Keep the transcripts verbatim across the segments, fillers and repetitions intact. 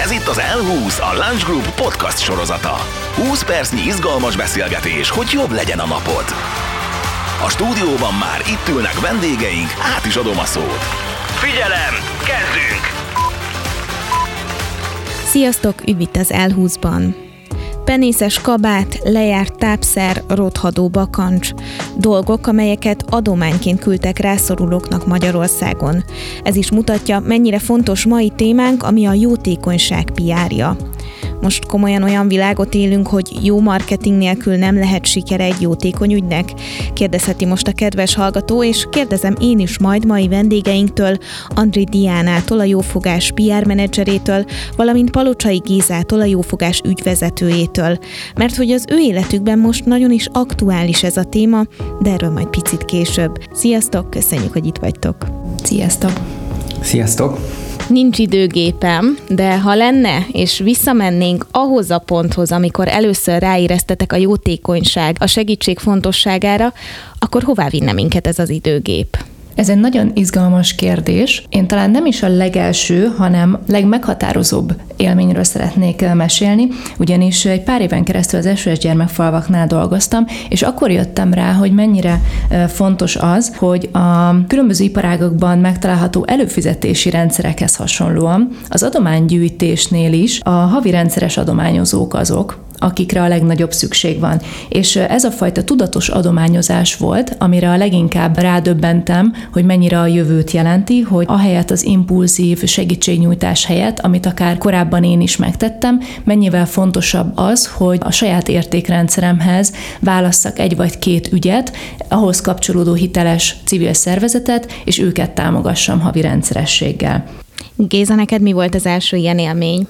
Ez itt az Elhúsz, a Lunch Group podcast sorozata. húsz percnyi izgalmas beszélgetés, hogy jobb legyen a napod. A stúdióban már itt ülnek vendégeink, át is adom a szót. Figyelem, kezdünk! Sziasztok, üdv itt az Elhúszban. Penészes kabát, lejárt tápszer, rothadó bakancs. Dolgok, amelyeket adományként küldtek rászorulóknak Magyarországon. Ez is mutatja, mennyire fontos mai témánk, ami a jótékonyság pé er-ja. Most komolyan olyan világot élünk, hogy jó marketing nélkül nem lehet sikere egy jótékony ügynek? Kérdezheti most a kedves hallgató, és kérdezem én is majd mai vendégeinktől, Andri Diánától, a Jófogás pé er menedzserétől, valamint Palocsai Gézától, a Jófogás ügyvezetőjétől. Mert hogy az ő életükben most nagyon is aktuális ez a téma, de erről majd picit később. Sziasztok, köszönjük, hogy itt vagytok. Sziasztok! Sziasztok! Nincs időgépem, de ha lenne, és visszamennénk ahhoz a ponthoz, amikor először ráéreztetek a jótékonyság, a segítség fontosságára, akkor hová vinne minket ez az időgép? Ez egy nagyon izgalmas kérdés. Én talán nem is a legelső, hanem legmeghatározóbb élményről szeretnék mesélni, ugyanis egy pár éven keresztül az es o es gyermekfalvaknál dolgoztam, és akkor jöttem rá, hogy mennyire fontos az, hogy a különböző iparágokban megtalálható előfizetési rendszerekhez hasonlóan az adománygyűjtésnél is a havi rendszeres adományozók azok, akikre a legnagyobb szükség van. És ez a fajta tudatos adományozás volt, amire a leginkább rádöbbentem, hogy mennyire a jövőt jelenti, hogy ahelyett az impulzív segítségnyújtás helyett, amit akár korábban én is megtettem, mennyivel fontosabb az, hogy a saját értékrendszeremhez válasszak egy vagy két ügyet, ahhoz kapcsolódó hiteles civil szervezetet, és őket támogassam havi rendszerességgel. Géza, neked mi volt az első ilyen élmény?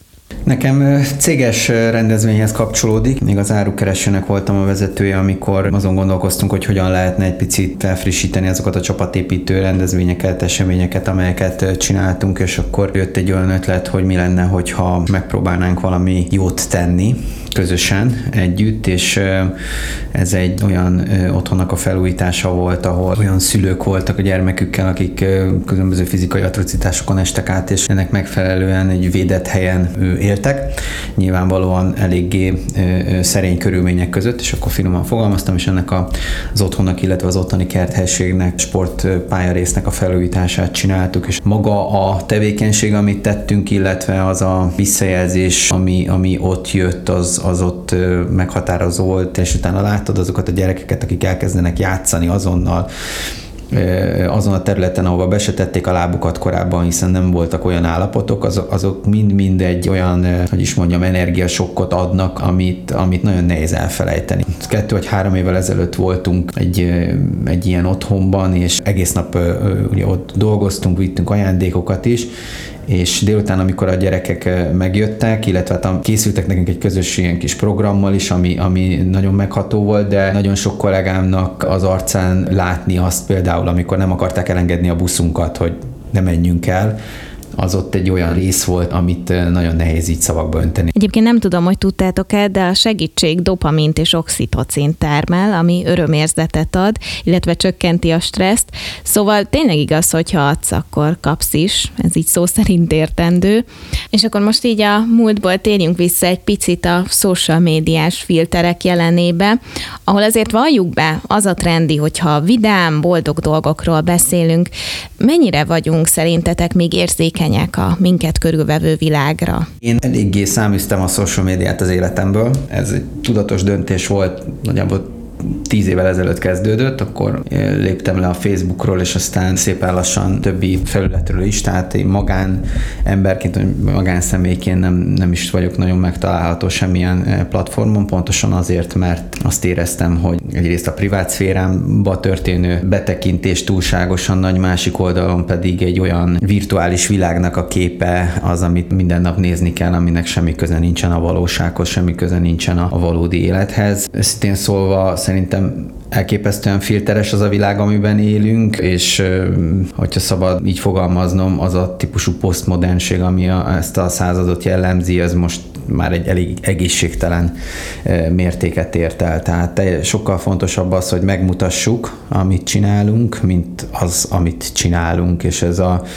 Nekem céges rendezvényhez kapcsolódik. Még az árukeresőnek voltam a vezetője, amikor azon gondolkoztunk, hogy hogyan lehetne egy picit felfrissíteni azokat a csapatépítő rendezvényeket, eseményeket, amelyeket csináltunk, és akkor jött egy olyan ötlet, hogy mi lenne, hogyha megpróbálnánk valami jót tenni közösen, együtt, és ez egy olyan otthonnak a felújítása volt, ahol olyan szülők voltak a gyermekükkel, akik különböző fizikai atrocitásokon estek át, és ennek megfelelően egy védett helyen éltek, nyilvánvalóan eléggé szerény körülmények között, és akkor finoman fogalmaztam, és ennek az otthonnak, illetve az ottani kerthelységnek, sportpályarésznek a felújítását csináltuk, és maga a tevékenység, amit tettünk, illetve az a visszajelzés, ami, ami ott jött, az az ott meghatározó volt, és utána láttad azokat a gyerekeket, akik elkezdenek játszani azonnal, azon a területen, ahova be se tették a lábukat korábban, hiszen nem voltak olyan állapotok, azok, azok mind-mind egy olyan, hogy is mondjam, energiasokkot adnak, amit, amit nagyon nehéz elfelejteni. Kettő vagy három évvel ezelőtt voltunk egy, egy ilyen otthonban, és egész nap ugye, ott dolgoztunk, vittünk ajándékokat is, és délután, amikor a gyerekek megjöttek, illetve hát készültek nekünk egy közös ilyen kis programmal is, ami, ami nagyon megható volt, de nagyon sok kollégámnak az arcán látni azt például, amikor nem akarták elengedni a buszunkat, hogy ne menjünk el, az ott egy olyan rész volt, amit nagyon nehéz így szavakba önteni. Egyébként nem tudom, hogy tudtátok-e, de a segítség dopamint és oxitocin termel, ami örömérzetet ad, illetve csökkenti a stresszt. Szóval tényleg igaz, hogyha adsz, akkor kapsz is. Ez így szó szerint értendő. És akkor most így a múltból térjünk vissza egy picit a social médiás filterek jelenébe, ahol azért valljuk be, az a trendi, hogyha vidám, boldog dolgokról beszélünk, mennyire vagyunk szerintetek még érzékenyek a minket körülvevő világra? Én eléggé száműztem a social médiát az életemből. Ez egy tudatos döntés volt, nagyjából tíz évvel ezelőtt kezdődött, akkor léptem le a Facebookról, és aztán szépen lassan többi felületről is, tehát én magán emberként, magánszemélyként nem, nem is vagyok nagyon megtalálható semmilyen platformon, pontosan azért, mert azt éreztem, hogy egyrészt a privát szférámba történő betekintés túlságosan nagy, másik oldalon pedig egy olyan virtuális világnak a képe az, amit minden nap nézni kell, aminek semmi köze nincsen a valósághoz, semmi köze nincsen a valódi élethez. Őszintén szólva szerintem elképesztően filteres az a világ, amiben élünk, és hogyha szabad így fogalmaznom, az a típusú posztmodernség, ami a, ezt a századot jellemzi, az most már egy elég egészségtelen mértéket ért el. Tehát sokkal fontosabb az, hogy megmutassuk, amit csinálunk, mint az, amit csinálunk, és ez a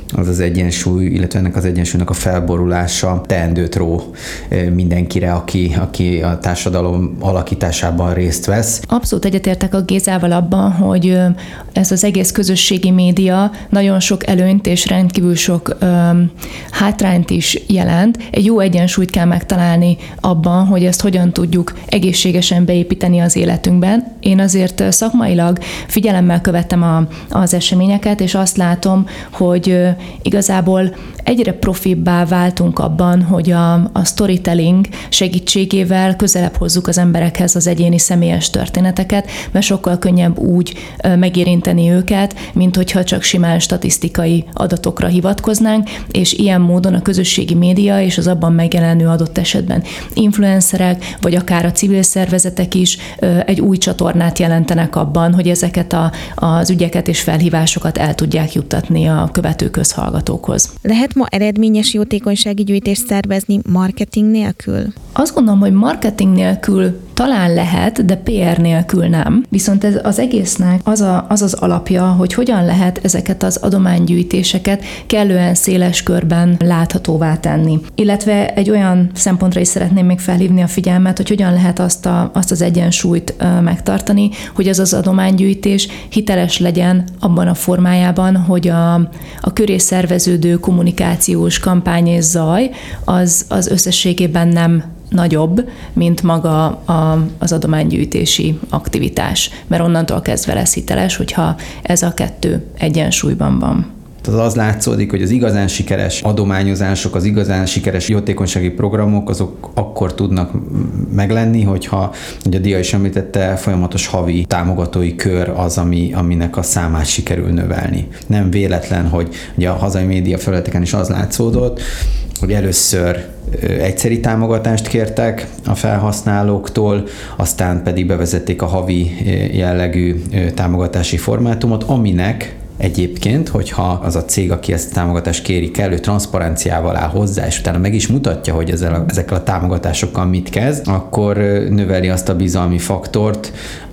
az az egyensúly, illetve ennek az egyensúlynak a felborulása teendőt ró mindenkire, aki, aki a társadalom alakításában részt vesz. Abszolút egyetértek a Gézával abban, hogy ez az egész közösségi média nagyon sok előnyt és rendkívül sok um, hátrányt is jelent. Egy jó egyensúlyt kell megtalálni abban, hogy ezt hogyan tudjuk egészségesen beépíteni az életünkben. Én azért szakmailag figyelemmel követtem a, az eseményeket, és azt látom, hogy igazából egyre profibbá váltunk abban, hogy a, a storytelling segítségével közelebb hozzuk az emberekhez az egyéni személyes történeteket, mert sokkal könnyebb úgy megérinteni őket, mint hogyha csak simán statisztikai adatokra hivatkoznánk, és ilyen módon a közösségi média és az abban megjelenő adott esetben influencerek, vagy akár a civil szervezetek is egy új csatornát jelentenek abban, hogy ezeket a, az ügyeket és felhívásokat el tudják juttatni a követő közhallgatókhoz. Lehet ma eredményes jótékonysági gyűjtést szervezni marketing nélkül? Azt gondolom, hogy marketing nélkül talán lehet, de pé er nélkül nem. Viszont ez az egésznek az, a, az az alapja, hogy hogyan lehet ezeket az adománygyűjtéseket kellően széles körben láthatóvá tenni. Illetve egy olyan szempontra is szeretném még felhívni a figyelmet, hogy hogyan lehet azt, a, azt az egyensúlyt uh, megtartani, hogy az az adománygyűjtés hiteles legyen abban a formájában, hogy a, a köré szerveződő kommunikációs kampány és zaj az, az összességében nem nagyobb, mint maga a, az adománygyűjtési aktivitás. Mert onnantól kezdve lesz hiteles, hogyha ez a kettő egyensúlyban van. Tehát az látszódik, hogy az igazán sikeres adományozások, az igazán sikeres jótékonysági programok, azok akkor tudnak meglenni, hogyha, ugye a Dia is említette, folyamatos havi támogatói kör az, ami, aminek a számát sikerül növelni. Nem véletlen, hogy ugye a hazai média felületeken is az látszódott, hogy először egyszeri támogatást kértek a felhasználóktól, aztán pedig bevezették a havi jellegű támogatási formátumot, aminek egyébként, hogyha az a cég, aki ezt a támogatást kéri, kellő transzparenciával áll hozzá, és utána meg is mutatja, hogy ezzel a, ezekkel a támogatásokkal mit kezd, akkor növeli azt a bizalmi faktort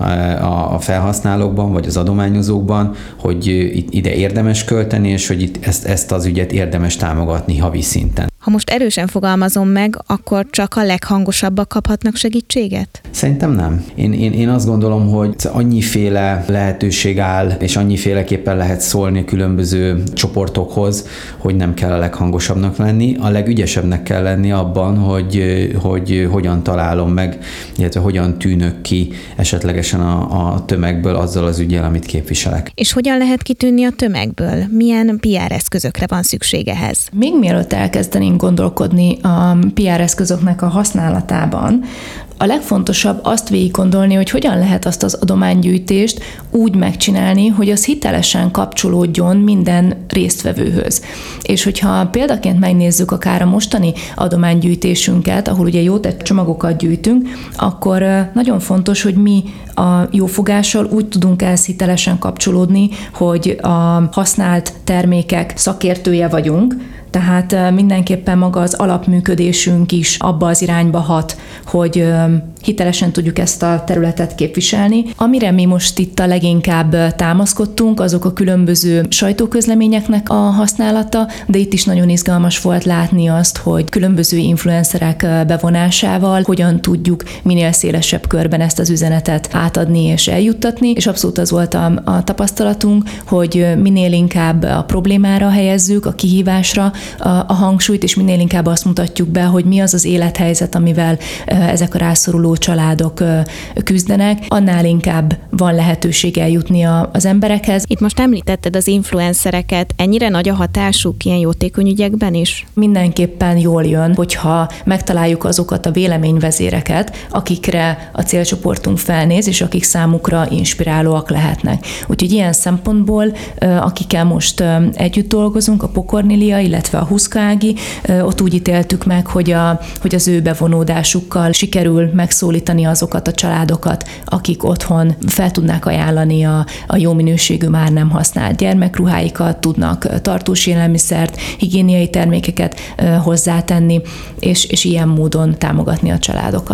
a felhasználókban, vagy az adományozókban, hogy ide érdemes költeni, és hogy itt ezt, ezt az ügyet érdemes támogatni havi szinten. Ha most erősen fogalmazom meg, akkor csak a leghangosabbak kaphatnak segítséget? Szerintem nem. Én, én, én azt gondolom, hogy annyiféle lehetőség áll, és annyiféleképpen lehet szólni a különböző csoportokhoz, hogy nem kell a leghangosabbnak lenni. A legügyesebbnek kell lenni abban, hogy, hogy hogyan találom meg, illetve hogyan tűnök ki esetlegesen a, a tömegből azzal az üggyel, amit képviselek. És hogyan lehet kitűnni a tömegből? Milyen pé er eszközökre van szükség ehhez? Még mielőtt elkezdenénk gondolkodni a pé er eszközöknek a használatában, a legfontosabb azt végig gondolni, hogy hogyan lehet azt az adománygyűjtést úgy megcsinálni, hogy az hitelesen kapcsolódjon minden résztvevőhöz. És hogyha példaként megnézzük akár a mostani adománygyűjtésünket, ahol ugye jótett csomagokat gyűjtünk, akkor nagyon fontos, hogy mi a jófogással úgy tudunk ehhez hitelesen kapcsolódni, hogy a használt termékek szakértője vagyunk, tehát mindenképpen maga az alapműködésünk is abba az irányba hat, hogy hitelesen tudjuk ezt a területet képviselni. Amire mi most itt a leginkább támaszkodtunk, azok a különböző sajtóközleményeknek a használata, de itt is nagyon izgalmas volt látni azt, hogy különböző influencerek bevonásával hogyan tudjuk minél szélesebb körben ezt az üzenetet átadni és eljuttatni, és abszolút az volt a, a tapasztalatunk, hogy minél inkább a problémára helyezzük, a kihívásra a, a hangsúlyt, és minél inkább azt mutatjuk be, hogy mi az az élethelyzet, amivel ezek a rászoruló családok küzdenek, annál inkább van lehetőség eljutni az emberekhez. Itt most említetted az influencereket, ennyire nagy a hatásuk ilyen jótékony ügyekben is? Mindenképpen jól jön, hogyha megtaláljuk azokat a véleményvezéreket, akikre a célcsoportunk felnéz, és akik számukra inspirálóak lehetnek. Úgyhogy ilyen szempontból, akikkel most együtt dolgozunk, a Pokornilia, illetve a Huszka Ági, ott úgy ítéltük meg, hogy, a, hogy az ő bevonódásukkal sikerül megszólítani azokat a családokat, akik otthon fel tudnák ajánlani a, a jó minőségű, már nem használt gyermekruháikat, tudnak tartós élelmiszert, higiéniai termékeket hozzátenni, és, és ilyen módon támogatni a családokat.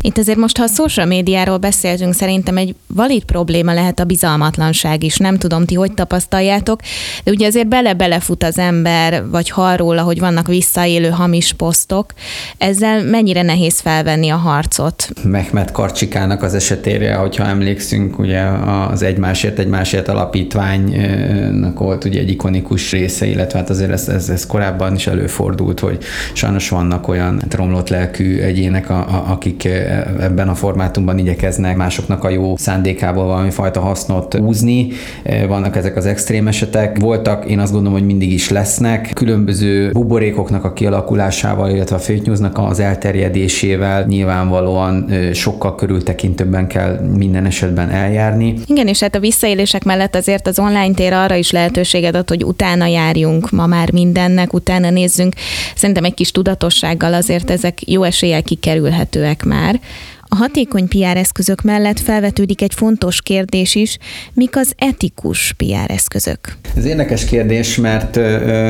Itt azért most, ha a social médiáról beszéltünk, szerintem egy valid probléma lehet a bizalmatlanság is. Nem tudom, ti hogy tapasztaljátok, de ugye azért bele-belefut az ember, vagy hall róla, hogy vannak visszaélő hamis posztok. Ezzel mennyire nehéz felvenni a harcot? Mehmet Karcsikának az esetére, hogyha emlékszünk, ugye az Egymásért, Egymásért alapítványnak volt ugye egy ikonikus része, illetve hát azért ez, ez, ez korábban is előfordult, hogy sajnos vannak olyan romlott lelkű egyének, a, a, akik ebben a formátumban igyekeznek másoknak a jó szándékából valami fajta hasznot húzni. Vannak ezek az extrém esetek. Voltak, én azt gondolom, hogy mindig is lesznek. Különböző buborékoknak a kialakulásával, illetve a fake newsnak az elterjedésével nyilvánvalóan sokkal körültekintőbben kell minden esetben eljárni. Igen, és hát a visszaélések mellett azért az online tér arra is lehetőséget ad, hogy utána járjunk ma már mindennek, utána nézzünk. Szerintem egy kis tudatossággal azért ezek jó eséllyel kikerülhetőek már. A hatékony pé er eszközök mellett felvetődik egy fontos kérdés is, mik az etikus pé er eszközök? Ez érdekes kérdés, mert ö,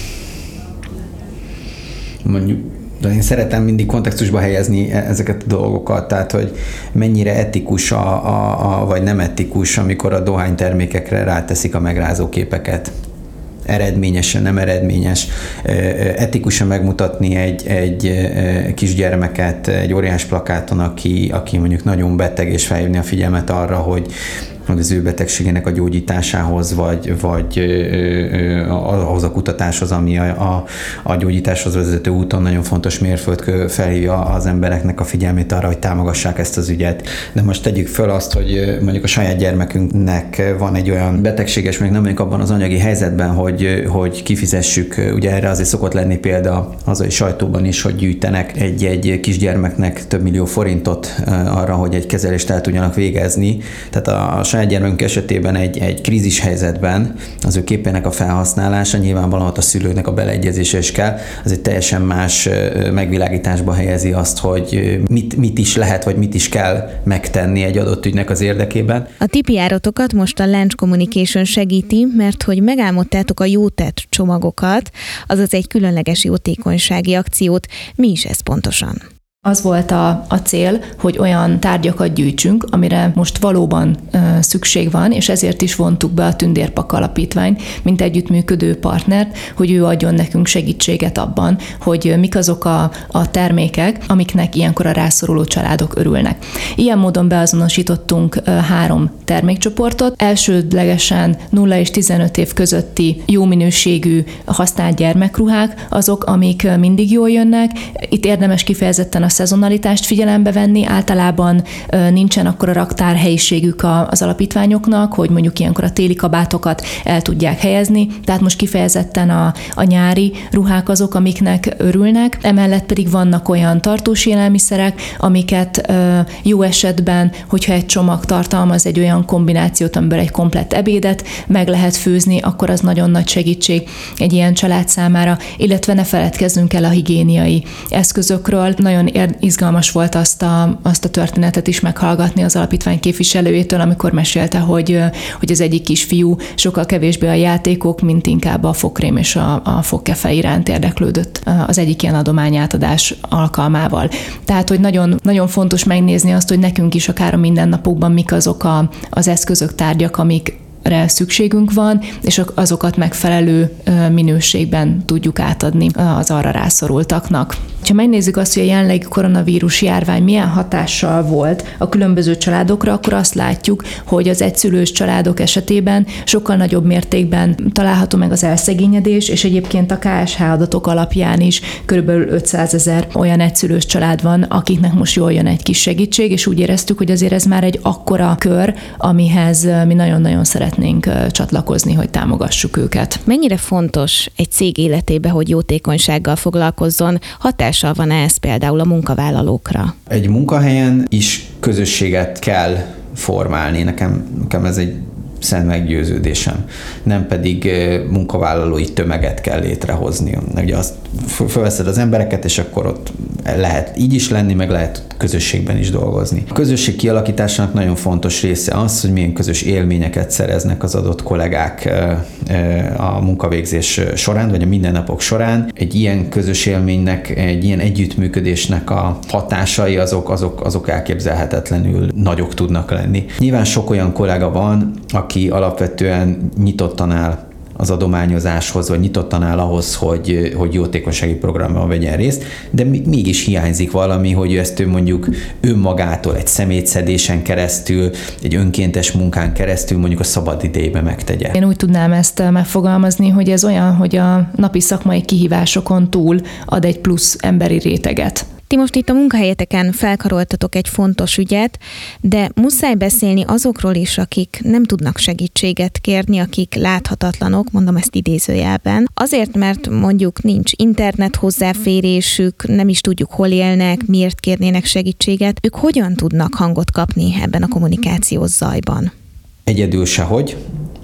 mondjuk de én szeretem mindig kontextusba helyezni ezeket a dolgokat, tehát hogy mennyire etikus a, a, a, vagy nem etikus, amikor a dohánytermékekre ráteszik a megrázó képeket. Eredményesen, nem eredményes, etikusan megmutatni egy, egy kisgyermeket egy óriás plakáton, aki, aki mondjuk nagyon beteg, és felhívni a figyelmet arra, hogy az ő betegségének a gyógyításához, vagy, vagy ahhoz a kutatáshoz, ami a, a, a gyógyításhoz vezető úton nagyon fontos mérföldkő, felhívja az embereknek a figyelmét arra, hogy támogassák ezt az ügyet. De most tegyük föl azt, hogy mondjuk a saját gyermekünknek van egy olyan betegsége, és még nem vagyunk abban az anyagi helyzetben, hogy, hogy kifizessük. Ugye erre azért szokott lenni példa hazai sajtóban is, hogy gyűjtenek egy-egy kisgyermeknek több millió forintot arra, hogy egy kezelést el tudjanak végezni. Tehát a, a saját gyermekünk esetében egy, egy krízis helyzetben az ő képének a felhasználása, nyilvánvalóan a szülőnek a beleegyezése is kell, az egy teljesen más megvilágításba helyezi azt, hogy mit, mit is lehet, vagy mit is kell megtenni egy adott ügynek az érdekében. A ti pé er-otokat most a Launch Communication segíti, mert hogy megálmodtátok a jótett csomagokat, azaz egy különleges jótékonysági akciót. Mi is ez pontosan? Az volt a, a cél, hogy olyan tárgyakat gyűjtsünk, amire most valóban ö, szükség van, és ezért is vontuk be a Tündérpak Alapítványt, mint együttműködő partnert, hogy ő adjon nekünk segítséget abban, hogy mik azok a, a termékek, amiknek ilyenkor a rászoruló családok örülnek. Ilyen módon beazonosítottunk ö, három termékcsoportot, elsődlegesen nulla és tizenöt év közötti jó minőségű használt gyermekruhák, azok, amik mindig jól jönnek. Itt érdemes kifejezetten a szezonalitást figyelembe venni, általában nincsen akkora raktárhelyiségük az alapítványoknak, hogy mondjuk ilyenkor a téli kabátokat el tudják helyezni, tehát most kifejezetten a, a nyári ruhák azok, amiknek örülnek, emellett pedig vannak olyan tartós élelmiszerek, amiket jó esetben, hogyha egy csomag tartalmaz egy olyan kombinációt, amiből egy komplett ebédet meg lehet főzni, akkor az nagyon nagy segítség egy ilyen család számára, illetve ne feledkezzünk el a higiéniai eszközökről. Nagyon izgalmas volt azt a, azt a történetet is meghallgatni az alapítvány képviselőjétől, amikor mesélte, hogy, hogy az egyik kisfiú sokkal kevésbé a játékok, mint inkább a fogkrém és a, a fogkefe iránt érdeklődött az egyik ilyen adományátadás alkalmával. Tehát, hogy nagyon, nagyon fontos megnézni azt, hogy nekünk is akár a mindennapokban mik azok a, az eszközök, tárgyak, amik szükségünk van, és azokat megfelelő minőségben tudjuk átadni az arra rászorultaknak. Ha megnézzük azt, hogy a jelenlegi koronavírus járvány milyen hatással volt a különböző családokra, akkor azt látjuk, hogy az egyszülős családok esetében sokkal nagyobb mértékben található meg az elszegényedés, és egyébként a ká es há adatok alapján is körülbelül ötszázezer olyan egyszülős család van, akiknek most jól jön egy kis segítség, és úgy éreztük, hogy azért ez már egy akkora kör, amihez mi nagyon-nagyon szeretnénk csatlakozni, hogy támogassuk őket. Mennyire fontos egy cég életébe, hogy jótékonysággal foglalkozzon? Hatással van ez például a munkavállalókra? Egy munkahelyen is közösséget kell formálni. Nekem, nekem ez egy szent meggyőződésem. Nem pedig munkavállalói tömeget kell létrehozni. Ugye azt felveszed az embereket, és akkor ott lehet így is lenni, meg lehet közösségben is dolgozni. A közösség kialakításának nagyon fontos része az, hogy milyen közös élményeket szereznek az adott kollégák a munkavégzés során, vagy a mindennapok során. Egy ilyen közös élménynek, egy ilyen együttműködésnek a hatásai azok, azok, azok elképzelhetetlenül nagyok tudnak lenni. Nyilván sok olyan kollega van, aki alapvetően nyitottan áll az adományozáshoz, vagy nyitottan áll ahhoz, hogy, hogy jótékonysági programban vegyen részt, de mégis hiányzik valami, hogy ezt ő mondjuk önmagától egy szemétszedésen keresztül, egy önkéntes munkán keresztül mondjuk a szabad idejében megtegye. Én úgy tudnám ezt megfogalmazni, hogy ez olyan, hogy a napi szakmai kihívásokon túl ad egy plusz emberi réteget. Ti most itt a munkahelyeteken felkaroltatok egy fontos ügyet, de muszáj beszélni azokról is, akik nem tudnak segítséget kérni, akik láthatatlanok, mondom ezt idézőjelben. Azért, mert mondjuk nincs internet hozzáférésük, nem is tudjuk, hol élnek, miért kérnének segítséget. Ők hogyan tudnak hangot kapni ebben a kommunikációs zajban? Egyedül sehogy.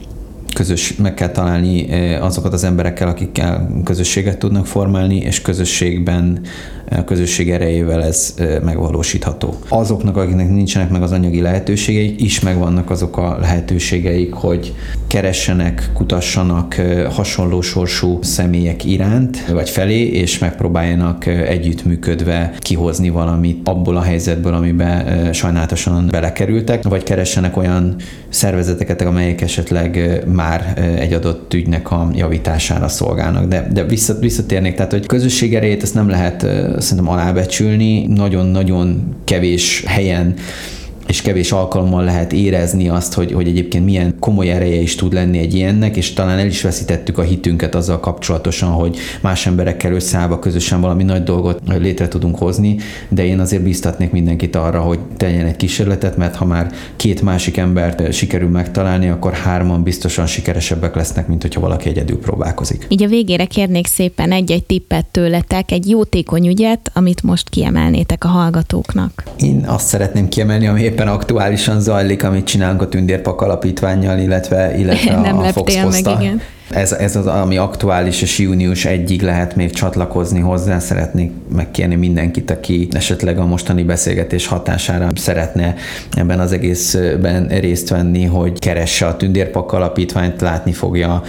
Közös, meg kell találni azokat az emberekkel, akikkel közösséget tudnak formálni, és közösségben, a közösség erejével ez megvalósítható. Azoknak, akiknek nincsenek meg az anyagi lehetőségeik, is megvannak azok a lehetőségeik, hogy keressenek, kutassanak hasonló sorsú személyek iránt, vagy felé, és megpróbáljanak együttműködve kihozni valamit abból a helyzetből, amiben sajnálatosan belekerültek, vagy keressenek olyan szervezeteket, amelyek esetleg már egy adott ügynek a javítására szolgálnak. De, de visszatérnék, tehát, hogy közösség erejét ezt nem lehet szerintem alábecsülni, nagyon-nagyon kevés helyen és kevés alkalommal lehet érezni azt, hogy, hogy egyébként milyen komoly ereje is tud lenni egy ilyennek, és talán el is veszítettük a hitünket azzal kapcsolatosan, hogy más emberekkel összeállva közösen valami nagy dolgot létre tudunk hozni, de én azért bíztatnék mindenkit arra, hogy tegyen egy kísérletet, mert ha már két másik embert sikerül megtalálni, akkor hárman biztosan sikeresebbek lesznek, mint hogyha valaki egyedül próbálkozik. Így a végére kérnék szépen egy-egy tippet tőletek, egy jótékony ügyet, amit most kiemelnétek a hallgatóknak. Én azt szeretném kiemelni, ami éppen aktuálisan zajlik, amit csinálunk a Tündérpak Alapítvánnyal, illetve, illetve Nem a Fox Posta. Ez, ez az, ami aktuális, és június elsejéig lehet még csatlakozni hozzá. Szeretnék megkérni mindenkit, aki esetleg a mostani beszélgetés hatására szeretne ebben az egészben részt venni, hogy keresse a Tündérpak Alapítványt, látni fogja,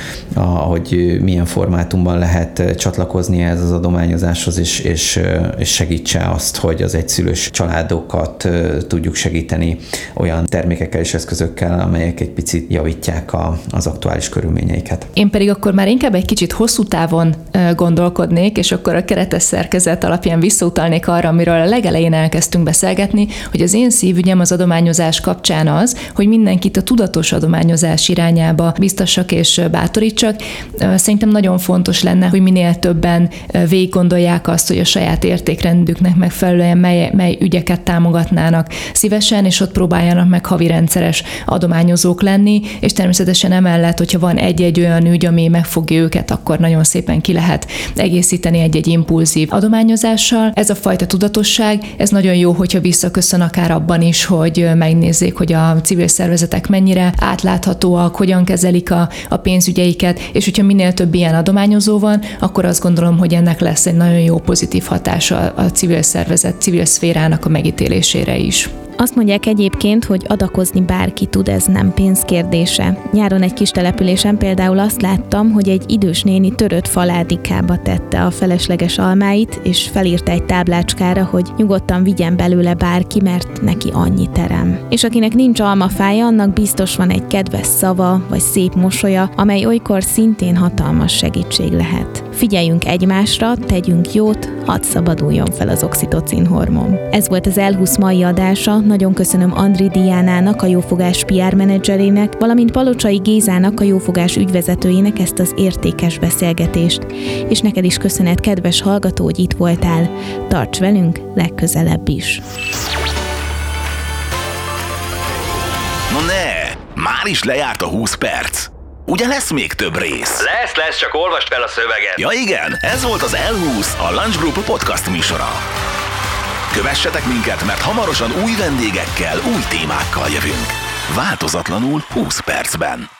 hogy milyen formátumban lehet csatlakozni ehhez az adományozáshoz, és, és, és segítse azt, hogy az egyszülős családokat tudjuk segíteni olyan termékekkel és eszközökkel, amelyek egy picit javítják a, az aktuális körülményeiket. Én pedig akkor már inkább egy kicsit hosszú távon gondolkodnék, és akkor a keretes szerkezet alapján visszautalnék arra, amiről a legelején elkezdtünk beszélgetni, hogy az én szívügyem az adományozás kapcsán az, hogy mindenkit a tudatos adományozás irányába biztassak és bátorítsak. Szerintem nagyon fontos lenne, hogy minél többen végig gondolják azt, hogy a saját értékrendüknek megfelelően mely, mely ügyeket támogatnának szívesen, és ott próbáljanak meg havi rendszeres adományozók lenni, és természetesen emellett, hogyha van egy-egy olyan ügy, ami megfogja őket, akkor nagyon szépen ki lehet egészíteni egy-egy impulzív adományozással. Ez a fajta tudatosság, ez nagyon jó, hogyha visszaköszön akár abban is, hogy megnézzék, hogy a civil szervezetek mennyire átláthatóak, hogyan kezelik a, a pénzügyeiket, és hogyha minél több ilyen adományozó van, akkor azt gondolom, hogy ennek lesz egy nagyon jó pozitív hatása a civil szervezet, civil szférának a megítélésére is. Azt mondják egyébként, hogy adakozni bárki tud, ez nem pénz kérdése. Nyáron egy kis településen például azt láttam, hogy egy idős néni törött faládikába tette a felesleges almáit, és felírta egy táblácskára, hogy nyugodtan vigyen belőle bárki, mert neki annyi terem. És akinek nincs almafája, annak biztos van egy kedves szava, vagy szép mosolya, amely olykor szintén hatalmas segítség lehet. Figyeljünk egymásra, tegyünk jót, hadd szabaduljon fel az oxitocin hormon. Ez volt az Elhúsz mai adása. Nagyon köszönöm Andri Diánának, a Jófogás pé er menedzserének, valamint Palocsai Gézának, a Jófogás ügyvezetőjének ezt az értékes beszélgetést. És neked is köszönet, kedves hallgató, hogy itt voltál. Tarts velünk legközelebb is. No ne, már is lejárt a húsz perc. Ugye lesz még több rész? Lesz, lesz, csak olvasd fel a szöveget. Ja igen, ez volt az Elhúsz, a Lunch Group podcast műsora. Kövessetek minket, mert hamarosan új vendégekkel, új témákkal jövünk. Változatlanul húsz percben.